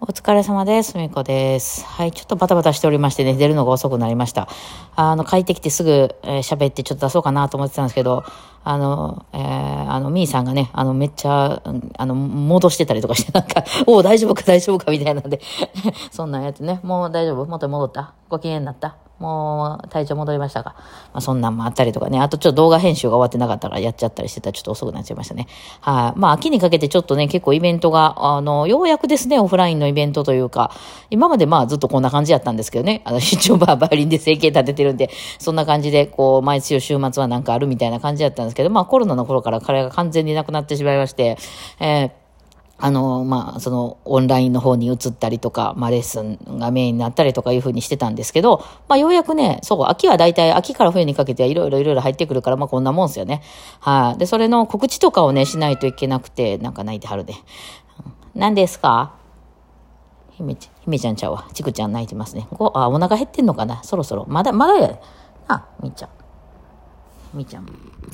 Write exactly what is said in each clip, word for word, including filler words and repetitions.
お疲れ様です。みこです。はい、ちょっとバタバタしておりましてね、出るのが遅くなりました。あの、帰ってきてすぐ、えー、喋ってちょっと出そうかなと思ってたんですけど、あの、えー、あの、みーさんがね、あの、めっちゃ、あの、戻してたりとかして、なんか、おう、大丈夫か大丈夫かみたいなんで、そんなんやつね、もう大丈夫元に戻ったご機嫌になったもう体調戻りましたか。まあ、そんなんもあったりとかね。あとちょっと動画編集が終わってなかったからやっちゃったりしてたらちょっと遅くなっちゃいましたね。はい、あ。まあ秋にかけてちょっとね、結構イベントが、あの、ようやくですね、オフラインのイベントというか、今までまあずっとこんな感じやったんですけどね。あの、一応まあバイオリンで生計立ててるんで、そんな感じで、こう、毎週週末はなんかあるみたいな感じやったんですけど、まあコロナの頃から彼が完全になくなってしまいまして、えーあの、まあ、その、オンラインの方に移ったりとか、まあ、レッスンがメインになったりとかいう風にしてたんですけど、まあ、ようやくね、そう、秋はだいたい秋から冬にかけてはいろいろいろいろ入ってくるから、まあ、こんなもんですよね。はい、で、それの告知とかをね、しないといけなくて、なんか泣いてはるで。何ですか？ひめち、ひめちゃんちゃうわ。ちくちゃん泣いてますね。ご、あ、お腹減ってんのかなそろそろ。まだ、まだや。あ、みーちゃん。みーちゃん。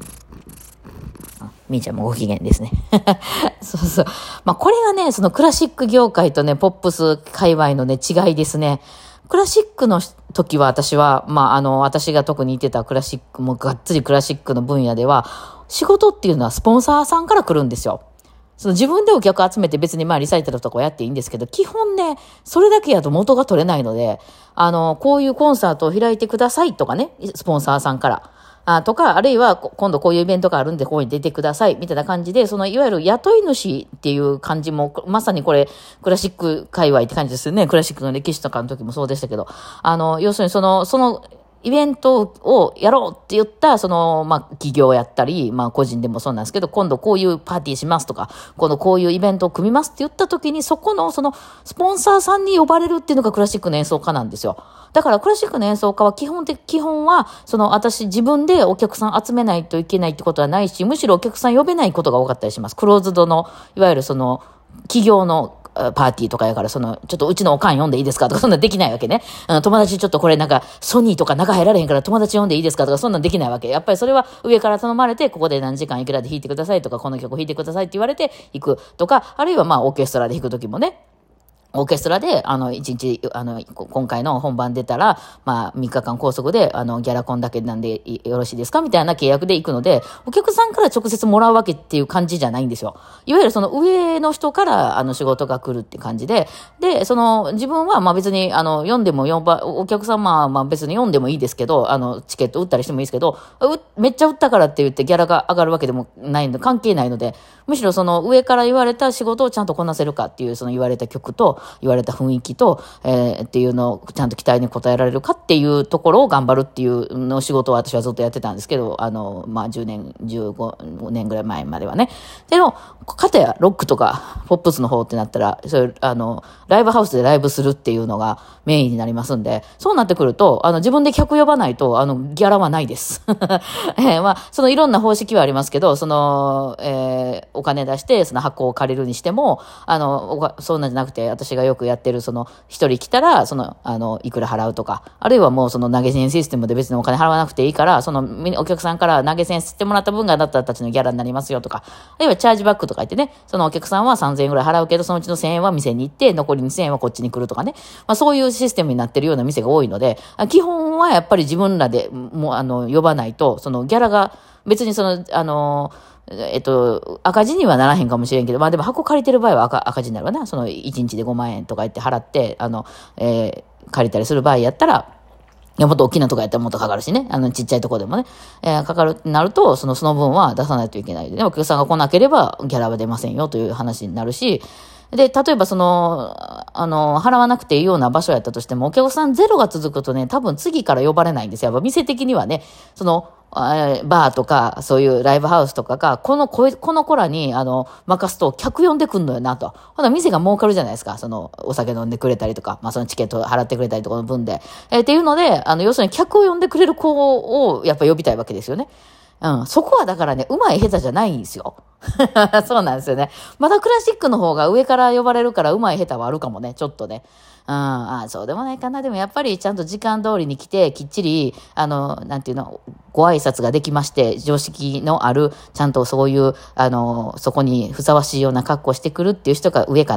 みーちゃんもご機嫌ですね。そうそう。まあこれがね、そのクラシック業界とね、ポップス界隈のね、違いですね。クラシックの時は私は、まああの、私が特に言ってたクラシック、もうがっつりクラシックの分野では、仕事っていうのはスポンサーさんから来るんですよ。その自分でお客集めて別にまあリサイタルとかやっていいんですけど、基本ね、それだけやと元が取れないので、あの、こういうコンサートを開いてくださいとかね、スポンサーさんから。あとか、あるいは、今度こういうイベントがあるんで、ここに出てください、みたいな感じで、その、いわゆる雇い主っていう感じも、まさにこれ、クラシック界隈って感じですよね。クラシックの歴史とかの時もそうでしたけど、あの、要するにその、その、イベントをやろうって言った、その、まあ、企業やったり、まあ、個人でもそうなんですけど、今度こういうパーティーしますとか、今度こういうイベントを組みますって言った時に、そこの、その、スポンサーさんに呼ばれるっていうのがクラシックの演奏家なんですよ。だからクラシックの演奏家は基本的、基本は、その、私自分でお客さん集めないといけないってことはないし、むしろお客さん呼べないことが多かったりします。クローズドの、いわゆるその、企業の、パーティーとかやから、その、ちょっとうちのおかん読んでいいですかとか、そんなんできないわけね。うん、友達ちょっとこれなんか、ソニーとか中入られへんから友達読んでいいですかとか、そんなんできないわけ。やっぱりそれは上から頼まれて、ここで何時間いくらで弾いてくださいとか、この曲弾いてくださいって言われて弾くとか、あるいはまあ、オーケストラで弾くときもね、オーケストラで、あの、一日、あの、今回の本番出たら、まあ、みっかかん拘束で、あの、ギャラコンだけなんでよろしいですかみたいな契約で行くので、お客さんから直接もらうわけっていう感じじゃないんですよ。いわゆるその上の人から、あの、仕事が来るって感じで、で、その、自分は、まあ別に、あの、読んでも読ば、お客様は、まあ別に読んでもいいですけど、あの、チケット売ったりしてもいいですけど、めっちゃ売ったからって言ってギャラが上がるわけでもないので、関係ないので、むしろその上から言われた仕事をちゃんとこなせるかっていう、その言われた曲と、言われた雰囲気と、えー、っていうのをちゃんと期待に応えられるかっていうところを頑張るっていうの仕事を私はずっとやってたんですけど、あの、まあ、じゅうねん、じゅうごねんぐらい前まではね。でも、かたやロックとか、ポップスの方ってなったら、そういう、あの、ライブハウスでライブするっていうのがメインになりますんで、そうなってくると、あの、自分で客呼ばないと、あの、ギャラはないです。えー、まあ、そのいろんな方式はありますけど、その、えー、お金出して、その箱を借りるにしても、あの、そんなんじゃなくて、私がよくやってる、その、一人来たら、その、あの、いくら払うとか、あるいはもうその投げ銭システムで別にお金払わなくていいから、その、お客さんから投げ銭してもらった分があなたたちのギャラになりますよとか、あるいはチャージバックとか言ってね、そのお客さんはさんぜんえんぐらい払うけど、そのうちのせんえんは店に行って、残りにせんえんはこっちに来るとかね、まあそういうシステムになってるような店が多いので、基本はやっぱり自分らで、もう、あの、呼ばないと、そのギャラが、別にその、あの、えっと、赤字にはならへんかもしれんけど、まあでも箱借りてる場合は赤、赤字になるわな。そのいちにちでごまんえんとか言って払って、あの、えー、借りたりする場合やったら、いや、もっと大きなとこやったらもっとかかるしね。あの、ちっちゃいとこでもね。えー、かかるってなると、その、その分は出さないといけないでね。お客さんが来なければ、ギャラは出ませんよという話になるし、で、例えばその、あの、払わなくていいような場所やったとしても、お客さんゼロが続くとね、多分次から呼ばれないんですよ。やっぱ店的にはね、その、バーとか、そういうライブハウスとかが、このこ、この子らに、あの、任すと客呼んでくんのよなと。ほな、店が儲かるじゃないですか。その、お酒飲んでくれたりとか、まあ、そのチケット払ってくれたりとかの分で。えー、っていうので、あの、要するに客を呼んでくれる子を、やっぱ呼びたいわけですよね。うん。そこはだからね、上手い下手じゃないんですよ。そうなんですよね。まだクラシックの方が上から呼ばれるから上手い下手はあるかもね、ちょっとね。うん、あ、そうでもないかな。でもやっぱりちゃんと時間通りに来て、きっちり、あの、なんていうの、ご挨拶ができまして、常識のある、ちゃんとそういう、あの、そこにふさわしいような格好してくるっていう人が上かな。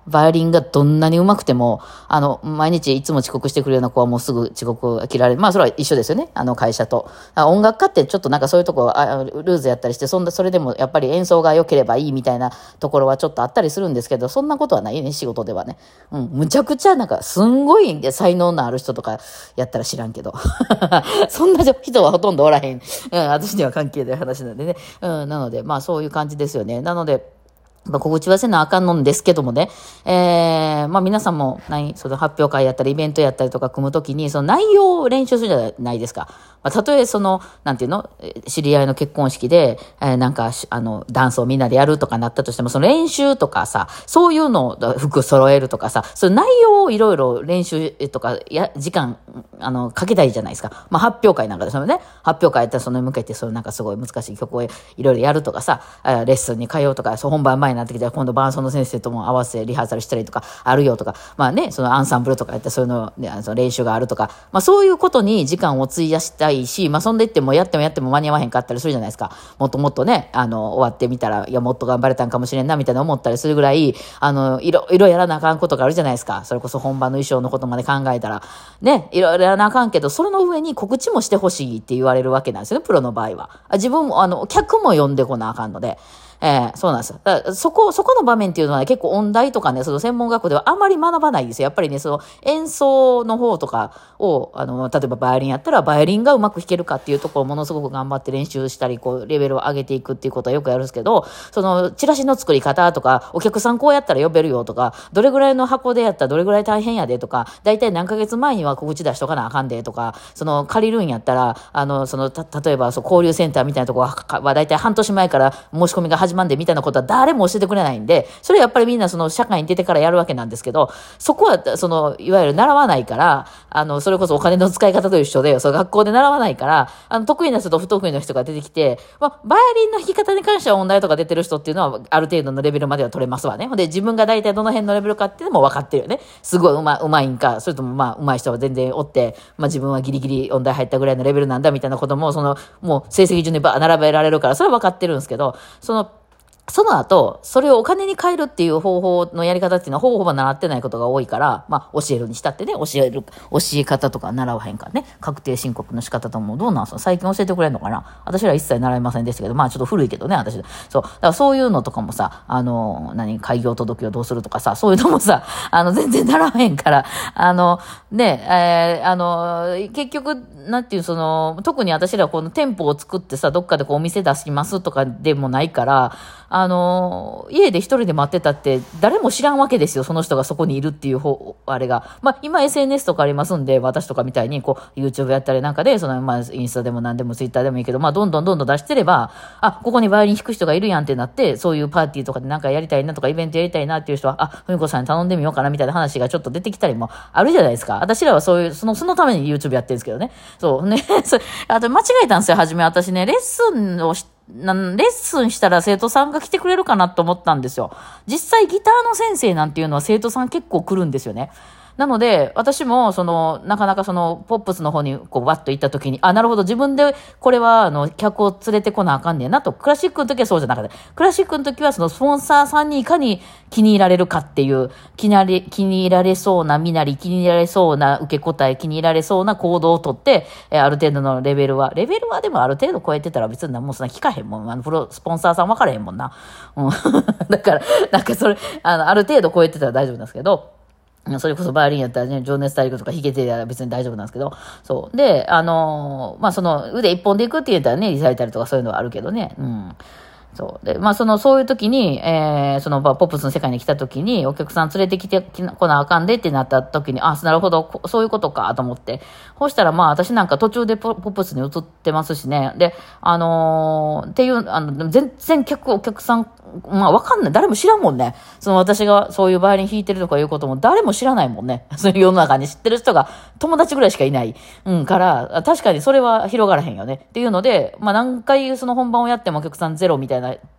バイオリンがどんなに上手くても、あの、毎日いつも遅刻してくるような子はもうすぐ遅刻切られる。まあ、それは一緒ですよね。あの、会社と。音楽家ってちょっとなんかそういうとこあルーズやったりして、そんな、それでもやっぱり演奏が良ければいいみたいなところはちょっとあったりするんですけど、そんなことはないね、仕事ではね。うん、むちゃくちゃなんか、すんごい才能のある人とかやったら知らんけど。そんな人はほとんどおらへん。うん、私には関係ない話なんでね。うん、なので、まあそういう感じですよね。なので、まあ、告知はせなあかんのんですけどもね。えー、まあ皆さんも、何、その発表会やったり、イベントやったりとか組むときに、その内容を練習するじゃないですか。まあ、たとえその、なんていうの、知り合いの結婚式で、えー、なんか、あの、ダンスをみんなでやるとかなったとしても、その練習とかさ、そういうのを服揃えるとかさ、その内容をいろいろ練習とか、や、時間、あの、かけたいじゃないですか。まあ発表会なんかでそのね、発表会やったらその向けて、そのなんかすごい難しい曲をいろいろやるとかさ、レッスンに通うとか、そう本番前になってきたら今度伴奏の先生とも合わせリハーサルしたりとかあるよとか、まあね、そのアンサンブルとかやったらそういうの、ね、その練習があるとか、まあそういうことに時間を費やしたいし、まあそんでいってもやってもやっても間に合わへんかったりするじゃないですか。もっともっとね、あの、終わってみたら、いやもっと頑張れたんかもしれんな、みたいな思ったりするぐらい、あの、いろいろやらなあかんことがあるじゃないですか。それこそ本番の衣装のことまで考えたら、ね、いろいろやらなあかんけど、それの上に告知もしてほしいって言われるわけなんですよね、プロの場合は。自分も、あの、客も呼んでこなあかんので。えー、そうなんですよ。だからそこ、そこの場面っていうのは、ね、結構音大とかね、その専門学校ではあまり学ばないんですよ。やっぱりね、その演奏の方とかを、あの、例えばバイオリンやったら、バイオリンがうまく弾けるかっていうところをものすごく頑張って練習したり、こう、レベルを上げていくっていうことはよくやるんですけど、その、チラシの作り方とか、お客さんこうやったら呼べるよとか、どれぐらいの箱でやったらどれぐらい大変やでとか、だいたい何ヶ月前には告知出しとかなあかんでとか、その、借りるんやったら、あの、その、た、例えば、そう、交流センターみたいなところは、はだいたい半年前から申し込みが始まんでみたいなことは誰も教えてくれないんで、それやっぱりみんなその社会に出てからやるわけなんですけど、そこは、その、いわゆる習わないから、あの、それこそお金の使い方と一緒で、そう、学校で習わないから、あの、得意な人と不得意な人が出てきて、まあ、バイオリンの弾き方に関しては音大とか出てる人っていうのは、ある程度のレベルまでは取れますわね。で、自分が大体どの辺のレベルかっていうのも分かってるよね。すごいうま、うまいんか、それともまあ、うまい人は全然おって、まあ自分はギリギリ音大入ったぐらいのレベルなんだみたいなことも、その、もう成績順にば並べられるから、それは分かってるんですけど、その、その後、それをお金に変えるっていう方法のやり方っていうのはほぼほぼ習ってないことが多いから、まあ教えるにしたってね、教える、教え方とか習わへんからね、確定申告の仕方ともどうなんすか最近教えてくれるのかな私ら一切習いませんでしたけど、まあちょっと古いけどね、私。そう。だからそういうのとかもさ、あの、何、開業届をどうするとかさ、そういうのもさ、あの、全然習わへんから、あの、ね、えー、あの、結局、なんていう、その、特に私らこの店舗を作ってさ、どっかでこうお店出しますとかでもないから、あの、家で一人で待ってたって、誰も知らんわけですよ。その人がそこにいるっていう方、あれが。まあ、今 エスエヌエス とかありますんで、私とかみたいに、こう、YouTube やったりなんかで、その、まあ、インスタでも何でも Twitter でもいいけど、まあ、どんどんどんどん出してれば、あ、ここにバイオリン弾く人がいるやんってなって、そういうパーティーとかでなんかやりたいなとか、イベントやりたいなっていう人は、あ、ふみこさんに頼んでみようかなみたいな話がちょっと出てきたりもあるじゃないですか。私らはそういう、その、そのために YouTube やってるんですけどね。そうね。それあと間違えたんですよ、初め。私ね、レッスンをし、なんレッスンしたら生徒さんが来てくれるかなと思ったんですよ。実際ギターの先生なんていうのは生徒さん結構来るんですよね。なので、私も、その、なかなかその、ポップスの方に、こう、わっと行った時に、あ、なるほど、自分で、これは、あの、客を連れてこなあかんねんなと。クラシックの時はそうじゃなかった。クラシックの時は、その、スポンサーさんにいかに気に入られるかっていう、気に入られ、気に入られそうな身なり、気に入られそうな受け答え、気に入られそうな行動をとって、えある程度のレベルは、レベルはでもある程度超えてたら別にもうそんな聞かへんもん。あの、プロ、スポンサーさん分からへんもんな。うん。だから、なんかそれ、あの、ある程度超えてたら大丈夫なんですけど、それこそバイオリンやったらね、情熱大陸とか弾けてたら別に大丈夫なんですけど、そう。で、あのー、まあ、その腕一本でいくって言ったらね、リサイタルとかそういうのはあるけどね、うん。そう。で、まあ、その、そういう時に、えー、その、ポップスの世界に来た時に、お客さん連れてきてこなあかんでってなった時に、あ、なるほど、そういうことかと思って。そうしたら、まあ、私なんか途中でポップスに移ってますしね。で、あのー、っていう、あの、全然客、お客さん、まあ、わかんない。誰も知らんもんね。その、私がそういうバイオリン弾いてるとかいうことも誰も知らないもんね。そういう世の中に知ってる人が友達ぐらいしかいない。うん、から、確かにそれは広がらへんよね。っていうので、まあ、何回その本番をやってもお客さんゼロみたいな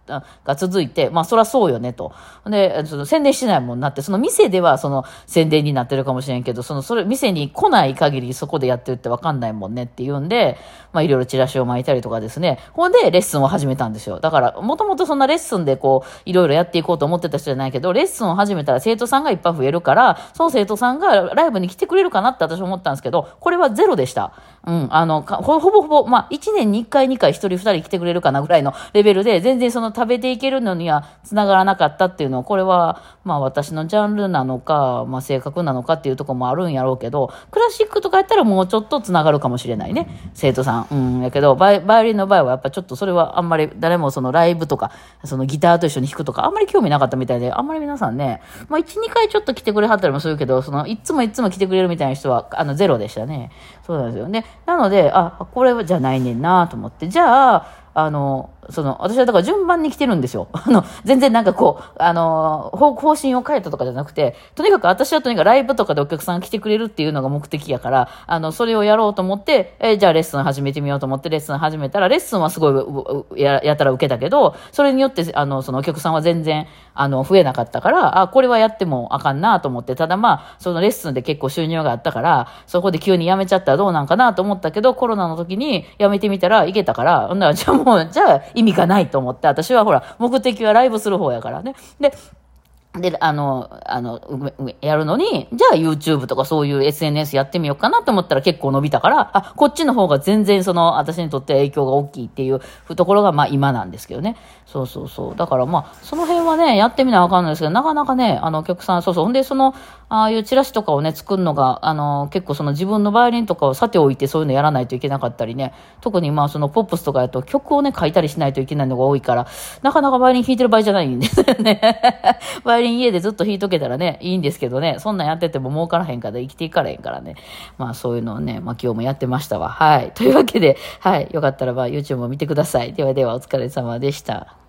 が続いて、まあそりゃそうよねと。で、その宣伝しないもんなって、その店ではその宣伝になってるかもしれんけど、その、それ、店に来ない限りそこでやってるってわかんないもんねって言うんで、まあいろいろチラシを巻いたりとかですね。ほんで、レッスンを始めたんですよ。だから、もともとそんなレッスンでこう、いろいろやっていこうと思ってた人じゃないけど、レッスンを始めたら生徒さんがいっぱい増えるから、その生徒さんがライブに来てくれるかなって私思ったんですけど、これはゼロでした。うん、あの、ほぼほぼ、まあ、いちねんにいっかい、にかい、ひとり、ふたり来てくれるかなぐらいのレベルで、全然その食べていけるのには繋がらなかったっていうのを、これは、まあ、私のジャンルなのか、まあ、性格なのかっていうところもあるんやろうけど、クラシックとかやったらもうちょっと繋がるかもしれないね。生徒さん。うん、やけど、バイ、バイオリンの場合はやっぱちょっとそれはあんまり誰もそのライブとか、そのギターと一緒に弾くとか、あんまり興味なかったみたいで、あんまり皆さんね、まあ、いち、にかいちょっと来てくれはったりもするけど、その、いつもいつも来てくれるみたいな人は、あの、ゼロでしたね。そうなんですよね。なので、あ、これはじゃないねんなと思って、じゃあ、あの、その、私はだから順番に来てるんですよ。あの、全然なんかこう、あの、方方針を変えたとかじゃなくて、とにかく私はとにかくライブとかでお客さん来てくれるっていうのが目的やから、あの、それをやろうと思って、え、じゃあレッスン始めてみようと思ってレッスン始めたら、レッスンはすごいや、やたら受けたけど、それによって、あの、そのお客さんは全然、あの、増えなかったから、あ、これはやってもあかんなと思って、ただまあ、そのレッスンで結構収入があったから、そこで急に辞めちゃったらどうなんかなと思ったけど、コロナの時に辞めてみたらいけたから、ほんなら、じゃあもう、じゃあ意味がないと思って、私はほら、目的はライブする方やからね。で、で、あの、あの、やるのに、じゃあ YouTube とかそういう エスエヌエス やってみようかなと思ったら結構伸びたから、あ、こっちの方が全然その、私にとって影響が大きいっていうところがまあ今なんですけどね。そうそうそう。だからまあ、その辺はね、やってみなわかんないですけど、なかなかね、あの、お客さん、そうそう。ほんで、その、ああいうチラシとかをね、作るのが、あの、結構その自分のバイオリンとかをさておいてそういうのやらないといけなかったりね。特にまあ、そのポップスとかやと曲をね、書いたりしないといけないのが多いから、なかなかバイオリン弾いてる場合じゃないんですよね。バイオリン家でずっと弾いとけたらね、いいんですけどね、そんなんやってても儲からへんから生きていかれへんからね。まあそういうのをね、まあ今日もやってましたわ。はい。というわけで、はい。よかったらば YouTube も見てください。ではではお疲れ様でした。